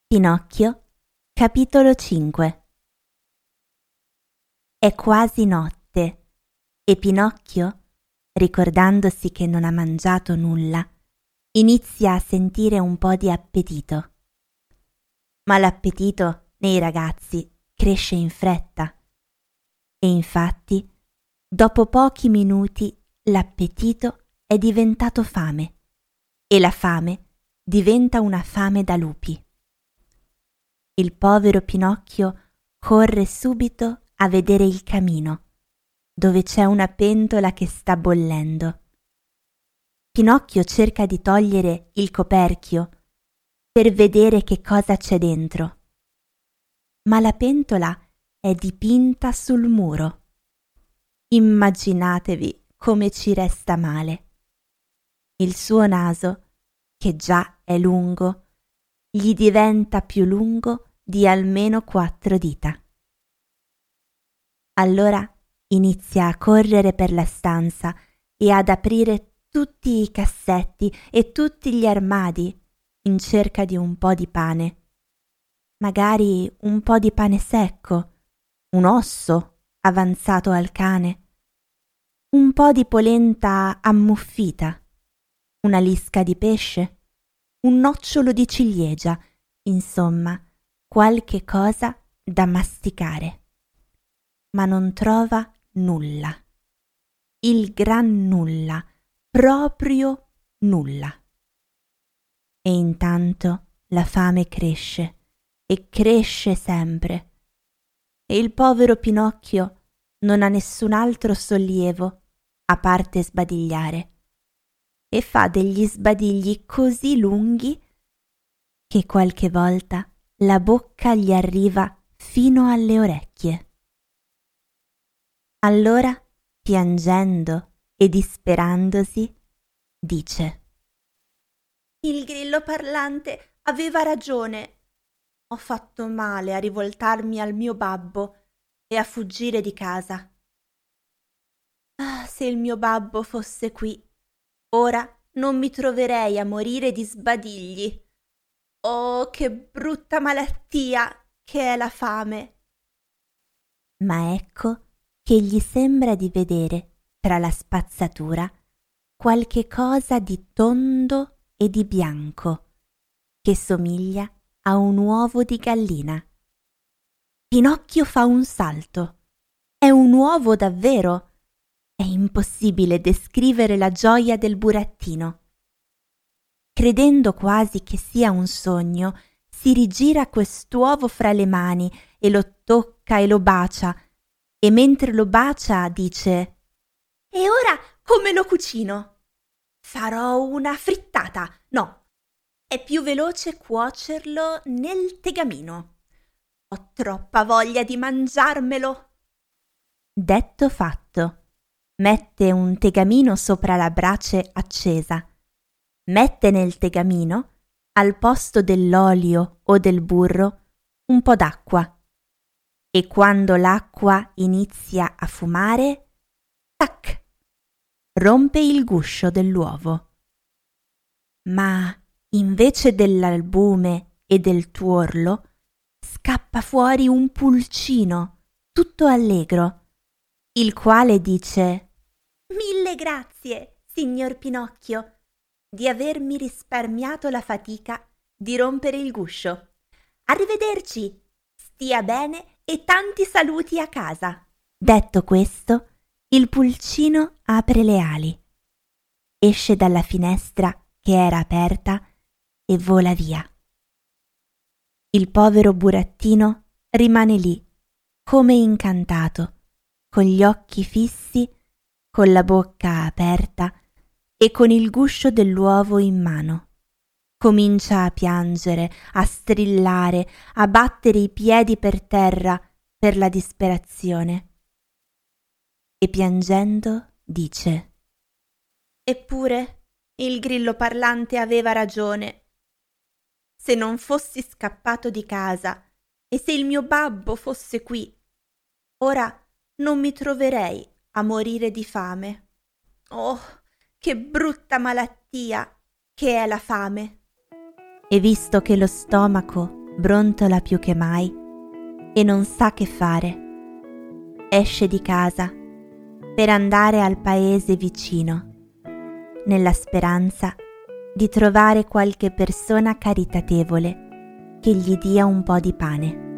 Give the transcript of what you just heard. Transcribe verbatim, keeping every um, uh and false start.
Pinocchio, capitolo cinque. È quasi notte e Pinocchio, ricordandosi che non ha mangiato nulla, inizia a sentire un po' di appetito. Ma l'appetito nei ragazzi cresce in fretta e infatti, dopo pochi minuti, l'appetito è diventato fame e la fame diventa una fame da lupi. Il povero Pinocchio corre subito a vedere il camino, dove c'è una pentola che sta bollendo. Pinocchio cerca di togliere il coperchio per vedere che cosa c'è dentro, ma la pentola è dipinta sul muro. Immaginatevi come ci resta male. Il suo naso, che già è lungo, gli diventa più lungo di almeno quattro dita. Allora inizia a correre per la stanza e ad aprire tutti i cassetti e tutti gli armadi in cerca di un po' di pane. Magari un po' di pane secco, un osso avanzato al cane, un po' di polenta ammuffita, una lisca di pesce, un nocciolo di ciliegia, insomma, qualche cosa da masticare. Ma non trova nulla. Il gran nulla, proprio nulla. E intanto la fame cresce e cresce sempre. E il povero Pinocchio non ha nessun altro sollievo a parte sbadigliare. E fa degli sbadigli così lunghi che qualche volta la bocca gli arriva fino alle orecchie. Allora, piangendo e disperandosi, dice: Il grillo parlante aveva ragione. Ho fatto male a rivoltarmi al mio babbo e a fuggire di casa. Ah, se il mio babbo fosse qui, ora non mi troverei a morire di sbadigli. Oh, che brutta malattia che è la fame! Ma ecco che gli sembra di vedere tra la spazzatura qualche cosa di tondo e di bianco che somiglia a un uovo di gallina. Pinocchio fa un salto. È un uovo davvero. È impossibile descrivere la gioia del burattino. Credendo quasi che sia un sogno, si rigira quest'uovo fra le mani e lo tocca e lo bacia, e mentre lo bacia dice: E ora come lo cucino? Farò una frittata. No, è più veloce cuocerlo nel tegamino. Ho troppa voglia di mangiarmelo. Detto fatto, mette un tegamino sopra la brace accesa, mette nel tegamino, al posto dell'olio o del burro, un po' d'acqua. E quando l'acqua inizia a fumare, tac, rompe il guscio dell'uovo. Ma invece dell'albume e del tuorlo, scappa fuori un pulcino tutto allegro, il quale dice: Mille grazie, signor Pinocchio, di avermi risparmiato la fatica di rompere il guscio. Arrivederci, stia bene e tanti saluti a casa. Detto questo, il pulcino apre le ali, esce dalla finestra che era aperta e vola via. Il povero burattino rimane lì, come incantato, con gli occhi fissi, con la bocca aperta e con il guscio dell'uovo in mano. Comincia a piangere, a strillare, a battere i piedi per terra per la disperazione. E piangendo dice: Eppure il grillo parlante aveva ragione. Se non fossi scappato di casa e se il mio babbo fosse qui, ora non mi troverei a morire di fame. Oh, che brutta malattia che è la fame! E visto che lo stomaco brontola più che mai e non sa che fare. Esce di casa per andare al paese vicino, nella speranza di trovare qualche persona caritatevole che gli dia un po' di pane.